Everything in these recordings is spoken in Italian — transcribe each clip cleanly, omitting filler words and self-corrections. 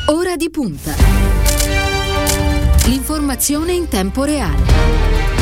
Ora di punta. L'informazione in tempo reale.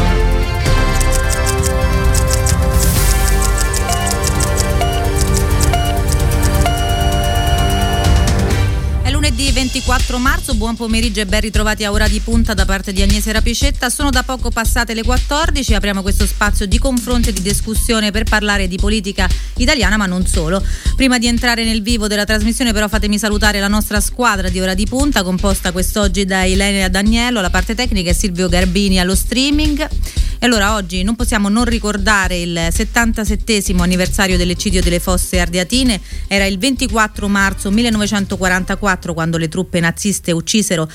Lunedì 24 marzo, buon pomeriggio e ben ritrovati a Ora di Punta da parte di Agnese Rapicetta. Sono da poco passate le 14, apriamo questo spazio di confronto e di discussione per parlare di politica italiana, ma non solo. Prima di entrare nel vivo della trasmissione però fatemi salutare la nostra squadra di Ora di Punta, composta quest'oggi da Ilenia Daniello alla parte tecnica e Silvio Garbini allo streaming. E allora oggi non possiamo non ricordare il 77esimo anniversario dell'eccidio delle Fosse Ardeatine. Era il 24 marzo 1944 quando le truppe naziste uccisero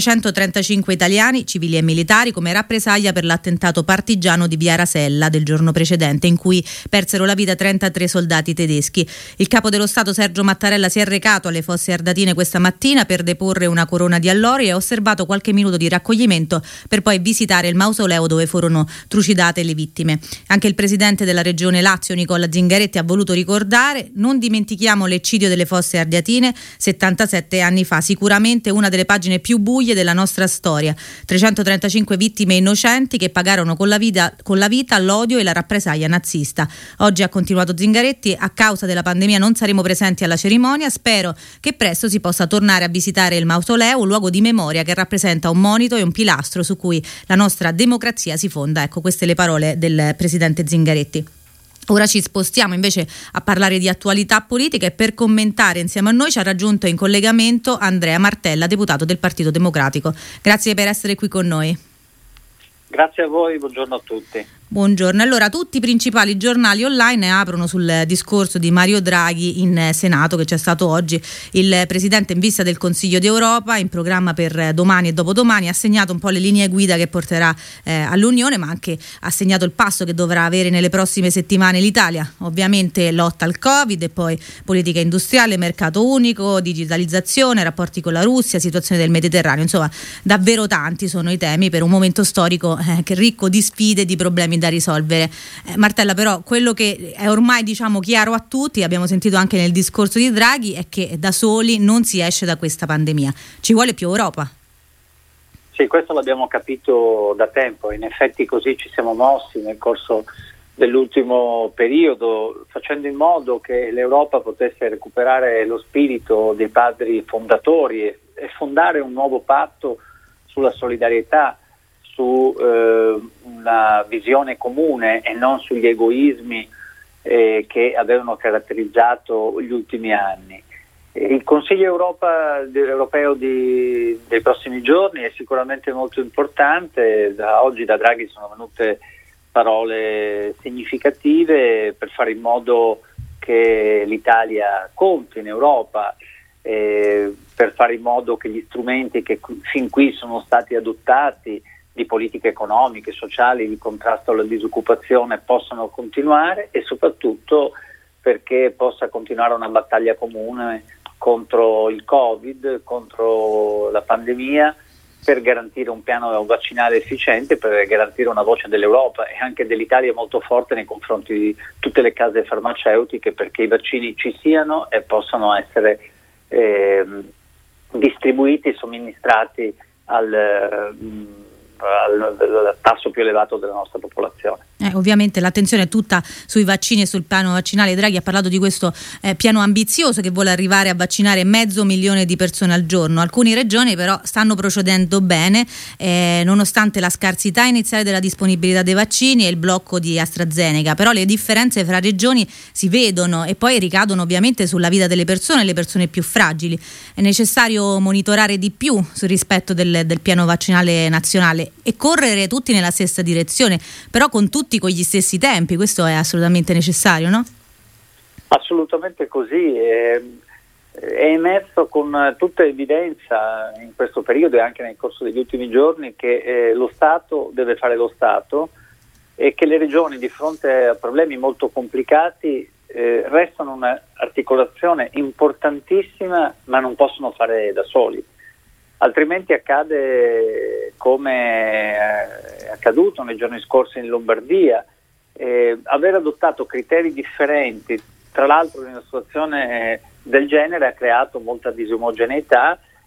335 italiani, civili e militari, come rappresaglia per l'attentato partigiano di Via Rasella del giorno precedente, in cui persero la vita 33 soldati tedeschi. Il capo dello Stato Sergio Mattarella si è recato alle Fosse Ardeatine questa mattina per deporre una corona di allori e ha osservato qualche minuto di raccoglimento per poi visitare il mausoleo dove furono trucidate le vittime. Anche il presidente della regione Lazio Nicola Zingaretti ha voluto ricordare: non dimentichiamo l'eccidio delle Fosse Ardeatine 77 anni fa, sicuramente una delle pagine più buie della nostra storia. 335 vittime innocenti che pagarono con la vita l'odio e la rappresaglia nazista. Oggi, ha continuato Zingaretti, a causa della pandemia non saremo presenti alla cerimonia. Spero che presto si possa tornare a visitare il mausoleo, un luogo di memoria che rappresenta un monito e un pilastro su cui la nostra democrazia si fonda. Ecco, queste le parole del presidente Zingaretti. Ora ci spostiamo invece a parlare di attualità politica e per commentare insieme a noi ci ha raggiunto in collegamento Andrea Martella, deputato del Partito Democratico. Grazie per essere qui con noi. Grazie a voi, buongiorno a tutti. Buongiorno. Allora, tutti i principali giornali online aprono sul discorso di Mario Draghi in Senato che c'è stato oggi. Il Presidente, in vista del Consiglio d'Europa, in programma per domani e dopodomani, ha segnato un po' le linee guida che porterà all'Unione, ma anche ha segnato il passo che dovrà avere nelle prossime settimane l'Italia. Ovviamente lotta al Covid e poi politica industriale, mercato unico, digitalizzazione, rapporti con la Russia, situazione del Mediterraneo. Insomma, davvero tanti sono i temi per un momento storico che è ricco di sfide e di problemi da risolvere. Martella, però quello che è ormai chiaro a tutti, abbiamo sentito anche nel discorso di Draghi, è che da soli non si esce da questa pandemia, ci vuole più Europa. Sì, questo l'abbiamo capito da tempo, in effetti così ci siamo mossi nel corso dell'ultimo periodo, facendo in modo che l'Europa potesse recuperare lo spirito dei padri fondatori e fondare un nuovo patto sulla solidarietà, su una visione comune e non sugli egoismi che avevano caratterizzato gli ultimi anni. Il Consiglio europeo dei prossimi giorni è sicuramente molto importante. Oggi da Draghi sono venute parole significative per fare in modo che l'Italia conti in Europa, per fare in modo che gli strumenti che fin qui sono stati adottati di politiche economiche, sociali, di contrasto alla disoccupazione possano continuare e soprattutto perché possa continuare una battaglia comune contro il Covid, contro la pandemia, per garantire un piano vaccinale efficiente, per garantire una voce dell'Europa e anche dell'Italia molto forte nei confronti di tutte le case farmaceutiche, perché i vaccini ci siano e possano essere distribuiti, somministrati al tasso più elevato della nostra popolazione. Ovviamente l'attenzione è tutta sui vaccini e sul piano vaccinale. Draghi ha parlato di questo piano ambizioso che vuole arrivare a vaccinare 500.000 di persone al giorno. Alcune regioni però stanno procedendo bene nonostante la scarsità iniziale della disponibilità dei vaccini e il blocco di AstraZeneca, però le differenze fra regioni si vedono e poi ricadono ovviamente sulla vita delle persone, le persone più fragili. È necessario monitorare di più sul rispetto del piano vaccinale nazionale e correre tutti nella stessa direzione, però con tutti con gli stessi tempi. Questo è assolutamente necessario, no? Assolutamente così. È emerso con tutta evidenza in questo periodo e anche nel corso degli ultimi giorni che lo Stato deve fare lo Stato e che le regioni, di fronte a problemi molto complicati, restano un'articolazione importantissima, ma non possono fare da soli. Altrimenti accade come è accaduto nei giorni scorsi in Lombardia, aver adottato criteri differenti, tra l'altro in una situazione del genere, ha creato molta disomogeneità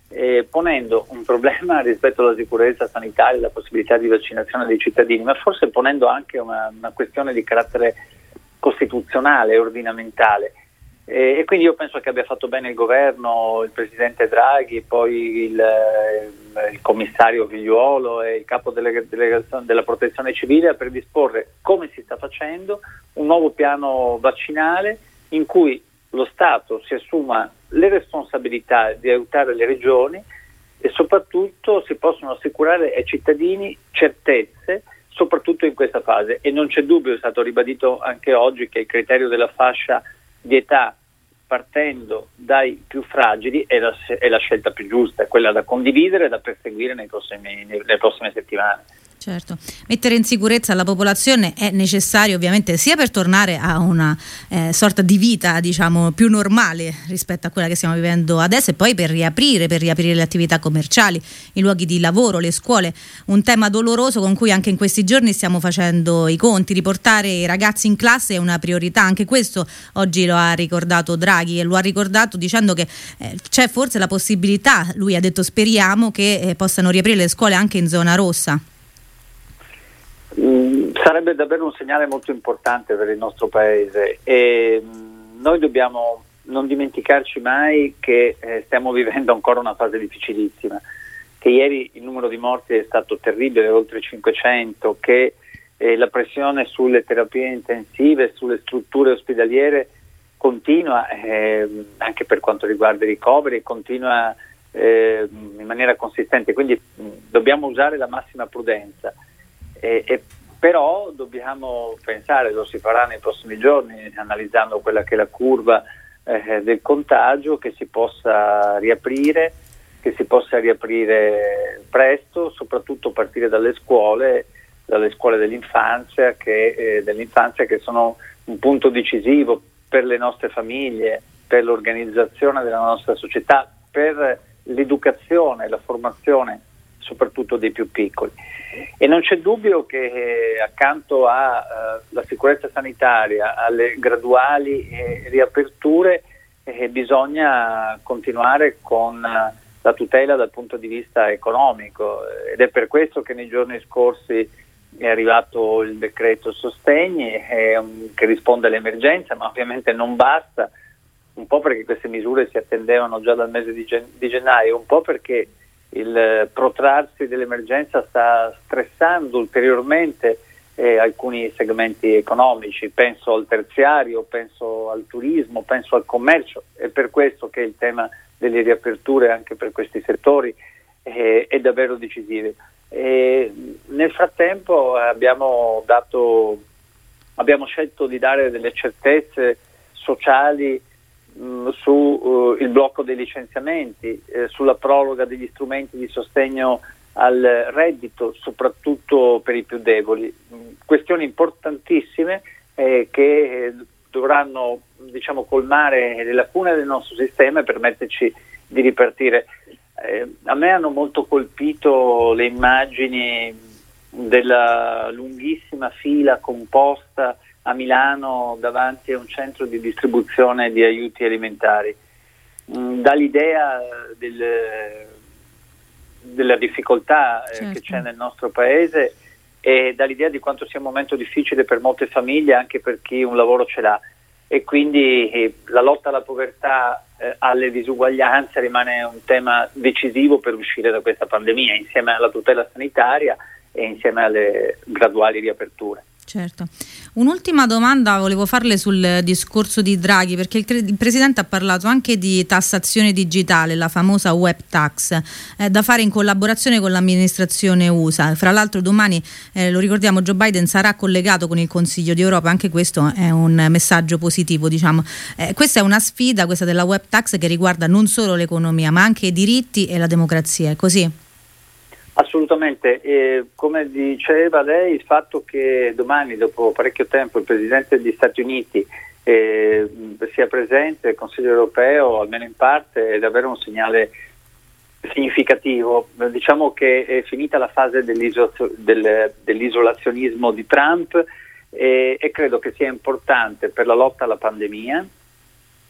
ponendo un problema rispetto alla sicurezza sanitaria, la possibilità di vaccinazione dei cittadini, ma forse ponendo anche una questione di carattere costituzionale e ordinamentale. E quindi io penso che abbia fatto bene il governo, il presidente Draghi, poi il commissario Figliuolo e il capo delegazione della protezione civile a predisporre, come si sta facendo, un nuovo piano vaccinale in cui lo Stato si assuma le responsabilità di aiutare le regioni e soprattutto si possono assicurare ai cittadini certezze, soprattutto in questa fase. E non c'è dubbio, è stato ribadito anche oggi, che il criterio della fascia di età partendo dai più fragili è la scelta più giusta, è quella da condividere e da perseguire nelle prossime settimane. Certo, mettere in sicurezza la popolazione è necessario ovviamente sia per tornare a una sorta di vita, diciamo, più normale rispetto a quella che stiamo vivendo adesso, e poi per riaprire le attività commerciali, i luoghi di lavoro, le scuole, un tema doloroso con cui anche in questi giorni stiamo facendo i conti. Riportare i ragazzi in classe è una priorità, anche questo oggi lo ha ricordato Draghi, e lo ha ricordato dicendo che c'è forse la possibilità, lui ha detto speriamo che possano riaprire le scuole anche in zona rossa. Sarebbe davvero un segnale molto importante per il nostro paese, e noi dobbiamo non dimenticarci mai che stiamo vivendo ancora una fase difficilissima, che ieri il numero di morti è stato terribile, oltre 500, che la pressione sulle terapie intensive, sulle strutture ospedaliere continua, anche per quanto riguarda i ricoveri, continua in maniera consistente, quindi dobbiamo usare la massima prudenza. Però dobbiamo pensare, lo si farà nei prossimi giorni, analizzando quella che è la curva del contagio, che si possa riaprire presto, soprattutto a partire dalle scuole dell'infanzia, che sono un punto decisivo per le nostre famiglie, per l'organizzazione della nostra società, per l'educazione, la formazione soprattutto dei più piccoli. E non c'è dubbio che accanto alla sicurezza sanitaria, alle graduali riaperture, bisogna continuare con la tutela dal punto di vista economico, ed è per questo che nei giorni scorsi è arrivato il decreto sostegni che risponde all'emergenza, ma ovviamente non basta, un po' perché queste misure si attendevano già dal mese di gennaio, un po' perché il protrarsi dell'emergenza sta stressando ulteriormente alcuni segmenti economici, penso al terziario, penso al turismo, penso al commercio. È per questo che il tema delle riaperture anche per questi settori è davvero decisivo. Nel frattempo abbiamo scelto di dare delle certezze sociali su il blocco dei licenziamenti, sulla proroga degli strumenti di sostegno al reddito, soprattutto per i più deboli. Questioni importantissime che dovranno, diciamo, colmare le lacune del nostro sistema e permetterci di ripartire. A me hanno molto colpito le immagini della lunghissima fila composta a Milano davanti a un centro di distribuzione di aiuti alimentari. Dà l'idea della difficoltà che c'è nel nostro paese, e dà l'idea di quanto sia un momento difficile per molte famiglie, anche per chi un lavoro ce l'ha, e quindi la lotta alla povertà, alle disuguaglianze rimane un tema decisivo per uscire da questa pandemia, insieme alla tutela sanitaria e insieme alle graduali riaperture. Certo. Un'ultima domanda volevo farle sul discorso di Draghi, perché il Presidente ha parlato anche di tassazione digitale, la famosa web tax, da fare in collaborazione con l'amministrazione USA. Fra l'altro domani, lo ricordiamo, Joe Biden sarà collegato con il Consiglio d'Europa, anche questo è un messaggio positivo, diciamo. Questa è una sfida, questa della web tax, che riguarda non solo l'economia ma anche i diritti e la democrazia, è così? Assolutamente, come diceva lei, il fatto che domani, dopo parecchio tempo, il Presidente degli Stati Uniti sia presente al Consiglio europeo, almeno in parte, è davvero un segnale significativo. Diciamo che è finita la fase dell'isolazionismo di Trump, e credo che sia importante per la lotta alla pandemia,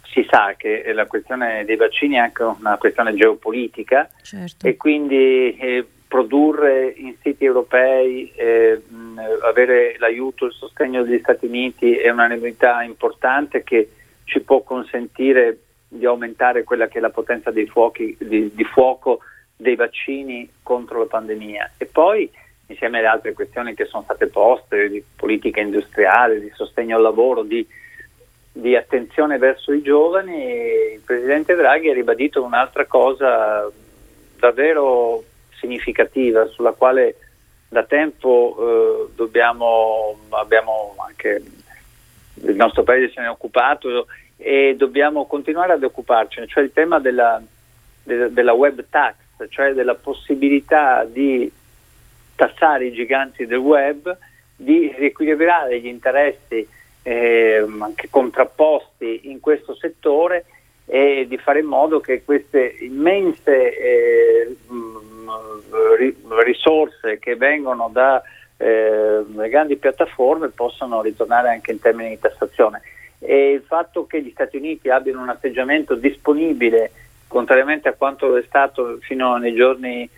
si sa che la questione dei vaccini è anche una questione geopolitica, certo. E quindi produrre in siti europei, avere l'aiuto, il sostegno degli Stati Uniti è un'unanimità importante che ci può consentire di aumentare quella che è la potenza dei di fuoco dei vaccini contro la pandemia. E poi, insieme alle altre questioni che sono state poste, di politica industriale, di sostegno al lavoro, di attenzione verso i giovani, il Presidente Draghi ha ribadito un'altra cosa davvero significativa, sulla quale da tempo abbiamo anche il nostro Paese se ne è occupato e dobbiamo continuare ad occuparcene, cioè il tema della web tax, cioè della possibilità di tassare i giganti del web, di riequilibrare gli interessi anche contrapposti in questo settore e di fare in modo che queste immense risorse che vengono dalle grandi piattaforme possano ritornare anche in termini di tassazione. E il fatto che gli Stati Uniti abbiano un atteggiamento disponibile, contrariamente a quanto è stato fino nei giorni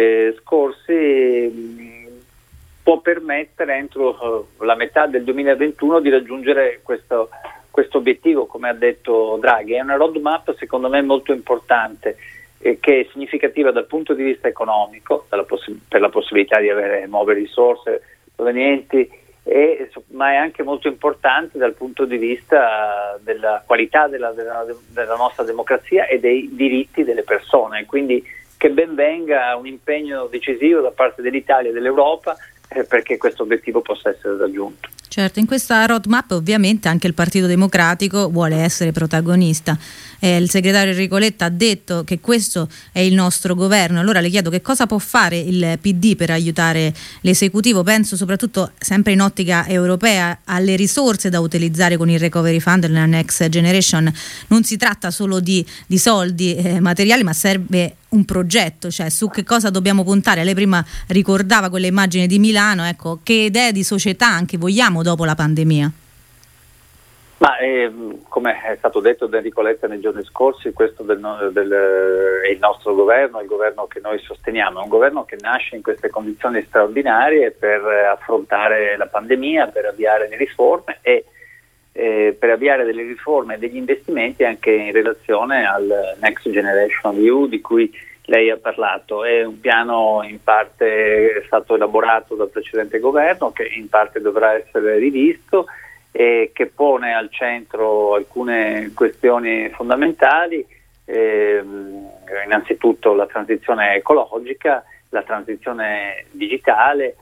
scorsi, può permettere entro la metà del 2021 di raggiungere questo obiettivo, come ha detto Draghi. È una roadmap secondo me molto importante, che è significativa dal punto di vista economico, per la possibilità di avere nuove risorse provenienti, ma è anche molto importante dal punto di vista della qualità della nostra democrazia e dei diritti delle persone. Quindi che ben venga un impegno decisivo da parte dell'Italia e dell'Europa perché questo obiettivo possa essere raggiunto. Certo, in questa roadmap ovviamente anche il Partito Democratico vuole essere protagonista. Il segretario Enrico Letta ha detto che questo è il nostro governo. Allora le chiedo che cosa può fare il PD per aiutare l'esecutivo. Penso soprattutto, sempre in ottica europea, alle risorse da utilizzare con il Recovery Fund e la Next Generation. Non si tratta solo di soldi materiali, ma serve un progetto, cioè su che cosa dobbiamo puntare. Lei prima ricordava quelle immagini di Milano, ecco, che idee di società anche vogliamo dopo la pandemia? Ma come è stato detto da Enrico Letta nei giorni scorsi, questo è il nostro governo, il governo che noi sosteniamo, è un governo che nasce in queste condizioni straordinarie per affrontare la pandemia, per avviare le riforme e per avviare delle riforme e degli investimenti anche in relazione al Next Generation EU di cui lei ha parlato. È un piano in parte stato elaborato dal precedente governo, che in parte dovrà essere rivisto e che pone al centro alcune questioni fondamentali, innanzitutto la transizione ecologica, la transizione digitale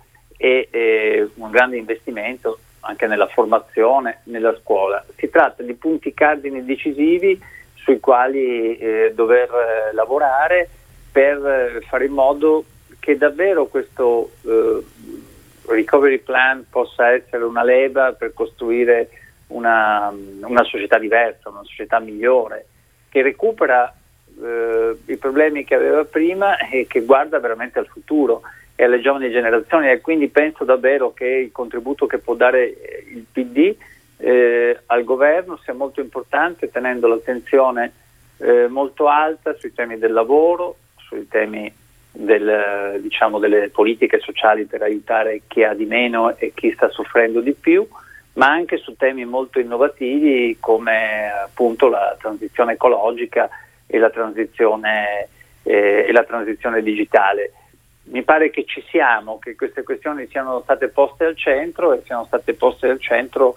e un grande investimento anche nella formazione, nella scuola. Si tratta di punti cardine decisivi sui quali dover lavorare per fare in modo che davvero questo recovery plan possa essere una leva per costruire una società diversa, una società migliore, che recupera i problemi che aveva prima e che guarda veramente al futuro e alle giovani generazioni. E quindi penso davvero che il contributo che può dare il PD al governo sia molto importante, tenendo l'attenzione molto alta sui temi del lavoro, sui temi delle politiche sociali per aiutare chi ha di meno e chi sta soffrendo di più, ma anche su temi molto innovativi come appunto la transizione ecologica e la transizione digitale. Mi pare che ci siamo, che queste questioni siano state poste al centro e siano state poste al centro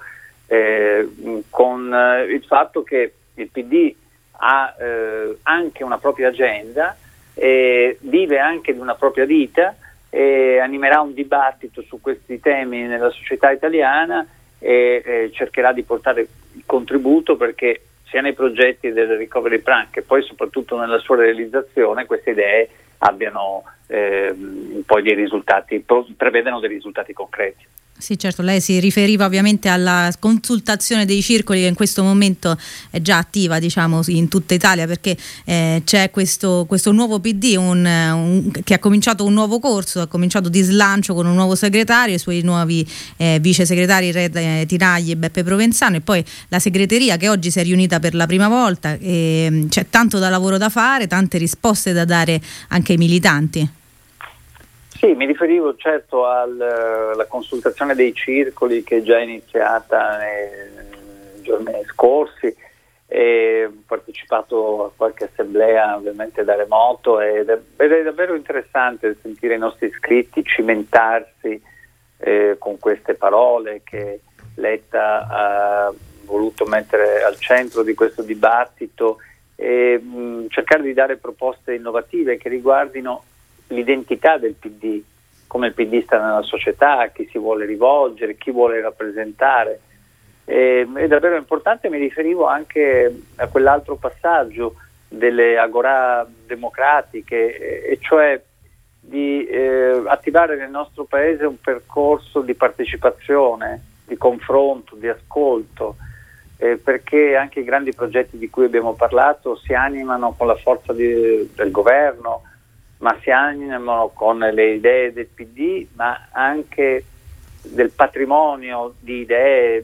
con il fatto che il PD ha anche una propria agenda, vive anche di una propria vita e animerà un dibattito su questi temi nella società italiana e cercherà di portare il contributo perché sia nei progetti del Recovery Plan che poi soprattutto nella sua realizzazione queste idee abbiano poi dei risultati, prevedano dei risultati concreti. Sì, certo, lei si riferiva ovviamente alla consultazione dei circoli che in questo momento è già attiva, diciamo, in tutta Italia, perché c'è questo nuovo PD che ha cominciato un nuovo corso, ha cominciato di slancio con un nuovo segretario, i suoi nuovi vice segretari Re Tinagli e Beppe Provenzano, e poi la segreteria che oggi si è riunita per la prima volta. C'è tanto da lavoro da fare, tante risposte da dare anche ai militanti. Sì, mi riferivo certo alla consultazione dei circoli che è già iniziata nei giorni scorsi, e ho partecipato a qualche assemblea ovviamente da remoto ed è davvero interessante sentire i nostri iscritti cimentarsi con queste parole che Letta ha voluto mettere al centro di questo dibattito e cercare di dare proposte innovative che riguardino l'identità del PD, come il PD sta nella società, a chi si vuole rivolgere, chi vuole rappresentare. È davvero importante. Mi riferivo anche a quell'altro passaggio delle agorà democratiche, e cioè di attivare nel nostro paese un percorso di partecipazione, di confronto, di ascolto, perché anche i grandi progetti di cui abbiamo parlato si animano con la forza del governo, ma si animano con le idee del PD, ma anche del patrimonio di idee,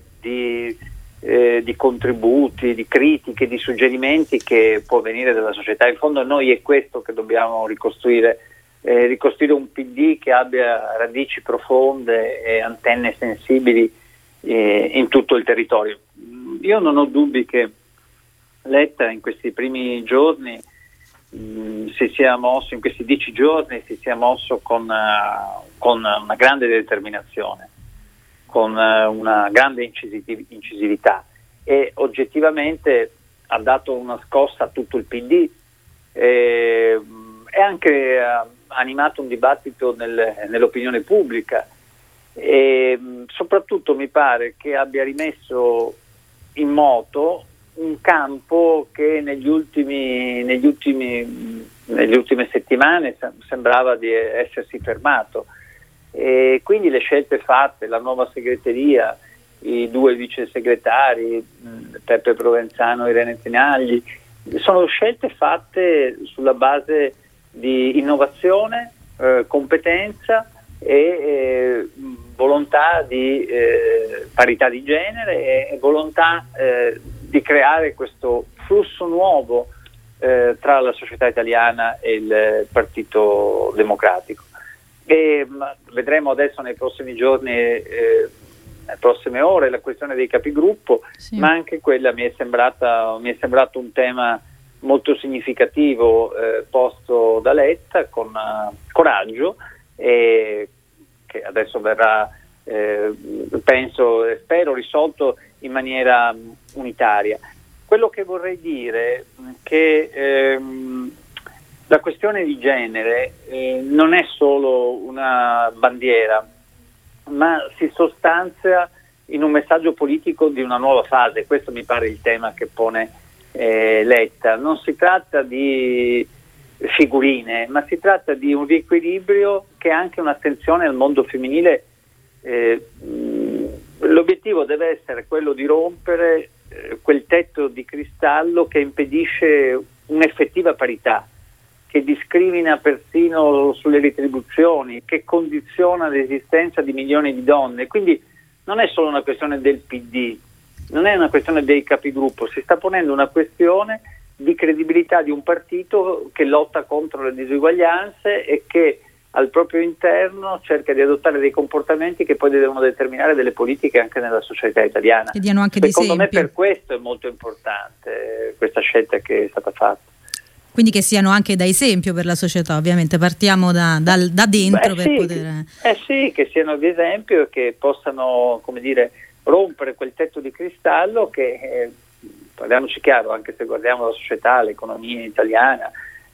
di contributi, di critiche, di suggerimenti che può venire dalla società. In fondo noi è questo che dobbiamo ricostruire un PD che abbia radici profonde e antenne sensibili in tutto il territorio. Io non ho dubbi che Letta in questi primi giorni si sia mosso, in questi 10 giorni si sia mosso con una grande determinazione, con una grande incisività, e oggettivamente ha dato una scossa a tutto il PD e anche ha animato un dibattito nell'opinione pubblica, e soprattutto mi pare che abbia rimesso in moto un campo che nelle ultime settimane sembrava di essersi fermato, e quindi le scelte fatte, la nuova segreteria, i 2 vice segretari, Beppe Provenzano e Irene Tinagli, sono scelte fatte sulla base di innovazione, competenza e volontà di parità di genere e volontà di creare questo flusso nuovo tra la società italiana e il Partito Democratico. E vedremo adesso nei prossimi giorni, nelle prossime ore, la questione dei capigruppo, sì. Ma anche quella mi è sembrato un tema molto significativo posto da Letta con coraggio, e che adesso verrà penso e spero risolto in maniera unitaria. Quello che vorrei dire è che la questione di genere non è solo una bandiera, ma si sostanzia in un messaggio politico di una nuova fase. Questo mi pare il tema che pone Letta. Non si tratta di figurine, ma si tratta di un riequilibrio che ha anche un'attenzione al mondo femminile. L'obiettivo deve essere quello di rompere quel tetto di cristallo che impedisce un'effettiva parità, che discrimina persino sulle retribuzioni, che condiziona l'esistenza di milioni di donne. Quindi non è solo una questione del PD, non è una questione dei capigruppo, si sta ponendo una questione di credibilità di un partito che lotta contro le disuguaglianze e che al proprio interno cerca di adottare dei comportamenti che poi devono determinare delle politiche anche nella società italiana. Che diano anche Secondo me esempio. Per questo è molto importante questa scelta che è stata fatta. Quindi che siano anche da esempio per la società, ovviamente partiamo da dentro. Sì, poter... sì, che siano di esempio e che possano, come dire, rompere quel tetto di cristallo che, parliamoci chiaro, anche se guardiamo la società, l'economia italiana,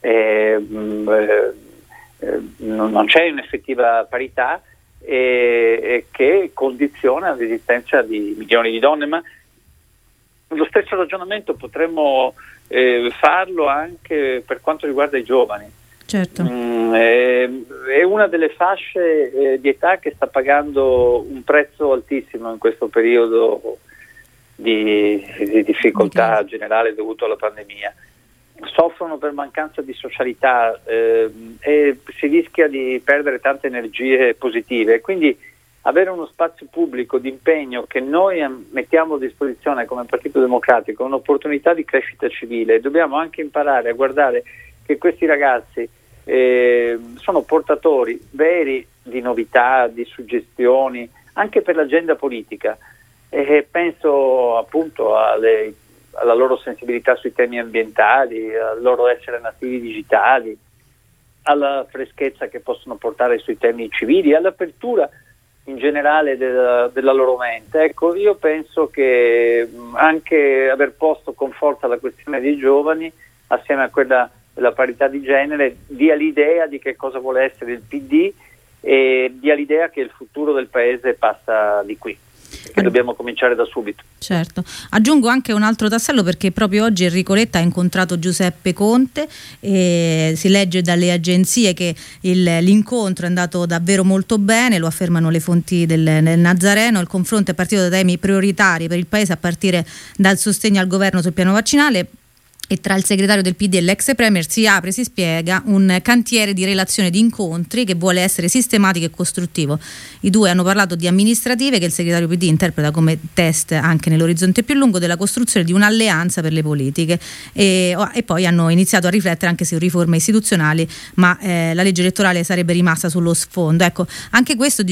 non c'è un'effettiva parità e che condiziona l'esistenza di milioni di donne, ma lo stesso ragionamento potremmo farlo anche per quanto riguarda i giovani. Certo. È una delle fasce di età che sta pagando un prezzo altissimo in questo periodo di difficoltà generale dovuto alla pandemia. Soffrono per mancanza di socialità e si rischia di perdere tante energie positive, quindi avere uno spazio pubblico di impegno che noi mettiamo a disposizione come Partito Democratico è un'opportunità di crescita civile. Dobbiamo anche imparare a guardare che questi ragazzi sono portatori veri di novità, di suggestioni anche per l'agenda politica, e penso appunto alla loro sensibilità sui temi ambientali, al loro essere nativi digitali, alla freschezza che possono portare sui temi civili, all'apertura in generale della loro mente. Ecco, io penso che anche aver posto con forza la questione dei giovani assieme a quella della parità di genere dia l'idea di che cosa vuole essere il PD e dia l'idea che il futuro del paese passa di qui, che dobbiamo cominciare da subito. Certo, aggiungo anche un altro tassello, perché proprio oggi Enrico Letta ha incontrato Giuseppe Conte e si legge dalle agenzie che l'incontro è andato davvero molto bene, lo affermano le fonti del Nazareno. Il confronto è partito da temi prioritari per il paese, a partire dal sostegno al governo sul piano vaccinale, e tra il segretario del PD e l'ex premier si spiega un cantiere di relazione di incontri che vuole essere sistematico e costruttivo. I due hanno parlato di amministrative, che il segretario PD interpreta come test anche nell'orizzonte più lungo della costruzione di un'alleanza per le politiche, e poi hanno iniziato a riflettere anche su riforme istituzionali, ma la legge elettorale sarebbe rimasta sullo sfondo. Ecco, anche questo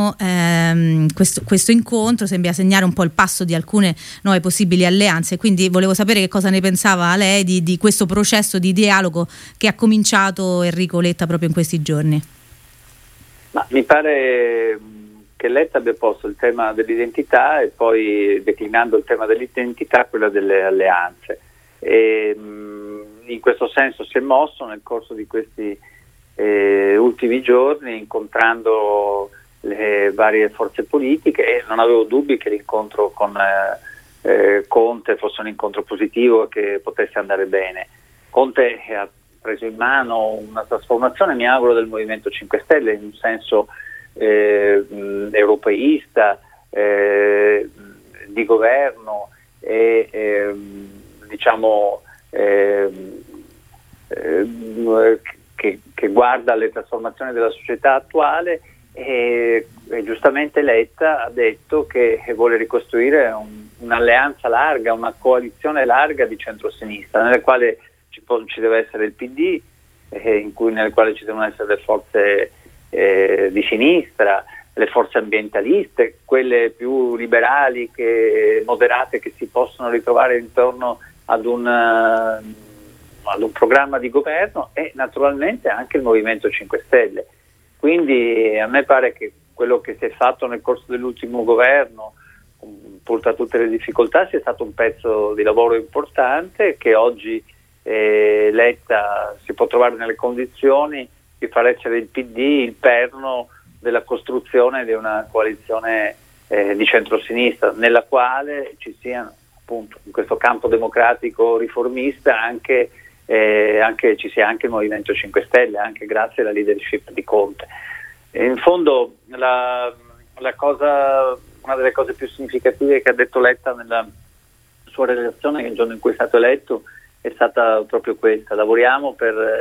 questo incontro sembra segnare un po' il passo di alcune nuove possibili alleanze, quindi volevo sapere che cosa ne pensava lei di questo processo di dialogo che ha cominciato Enrico Letta proprio in questi giorni. Ma mi pare che Letta abbia posto il tema dell'identità e poi, declinando il tema dell'identità, quella delle alleanze, e in questo senso si è mosso nel corso di questi ultimi giorni, incontrando le varie forze politiche, e non avevo dubbi che l'incontro con Conte fosse un incontro positivo e che potesse andare bene. Conte ha preso in mano una trasformazione, mi auguro, del Movimento 5 Stelle in un senso europeista, di governo e che guarda alle trasformazioni della società attuale, e giustamente Letta ha detto che vuole ricostruire un'alleanza larga, una coalizione larga di centrosinistra, nella quale ci deve essere il PD, nelle quali ci devono essere le forze di sinistra, le forze ambientaliste, quelle più liberali, moderate, che si possono ritrovare intorno ad un programma di governo, e naturalmente anche il Movimento 5 Stelle. Quindi a me pare che quello che si è fatto nel corso dell'ultimo governo, pur tra tutte le difficoltà, sia stato un pezzo di lavoro importante, che oggi Letta si può trovare nelle condizioni di far essere il PD il perno della costruzione di una coalizione di centrosinistra, nella quale ci sia, appunto, in questo campo democratico riformista anche ci sia anche il Movimento 5 Stelle, anche grazie alla leadership di Conte. In fondo una delle cose più significative che ha detto Letta nella sua relazione il giorno in cui è stato eletto è stata proprio questa: lavoriamo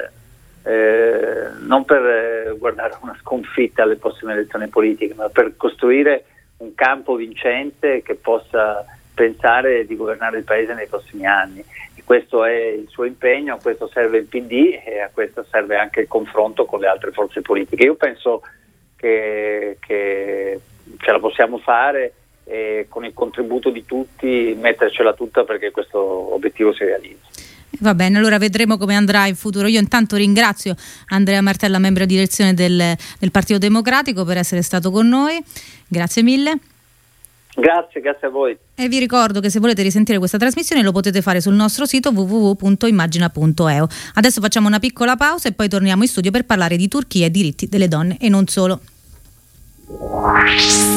non per guardare una sconfitta alle prossime elezioni politiche, ma per costruire un campo vincente che possa pensare di governare il paese nei prossimi anni. E questo è il suo impegno, a questo serve il PD e a questo serve anche il confronto con le altre forze politiche. Io penso che ce la possiamo fare, e con il contributo di tutti mettercela tutta perché questo obiettivo si realizzi. Va bene, allora vedremo come andrà in futuro. Io intanto ringrazio Andrea Martella, membro di direzione del Partito Democratico, per essere stato con noi. Grazie mille. Grazie a voi. E vi ricordo che se volete risentire questa trasmissione lo potete fare sul nostro sito www.immagina.eu. Adesso facciamo una piccola pausa e poi torniamo in studio per parlare di Turchia e diritti delle donne e non solo.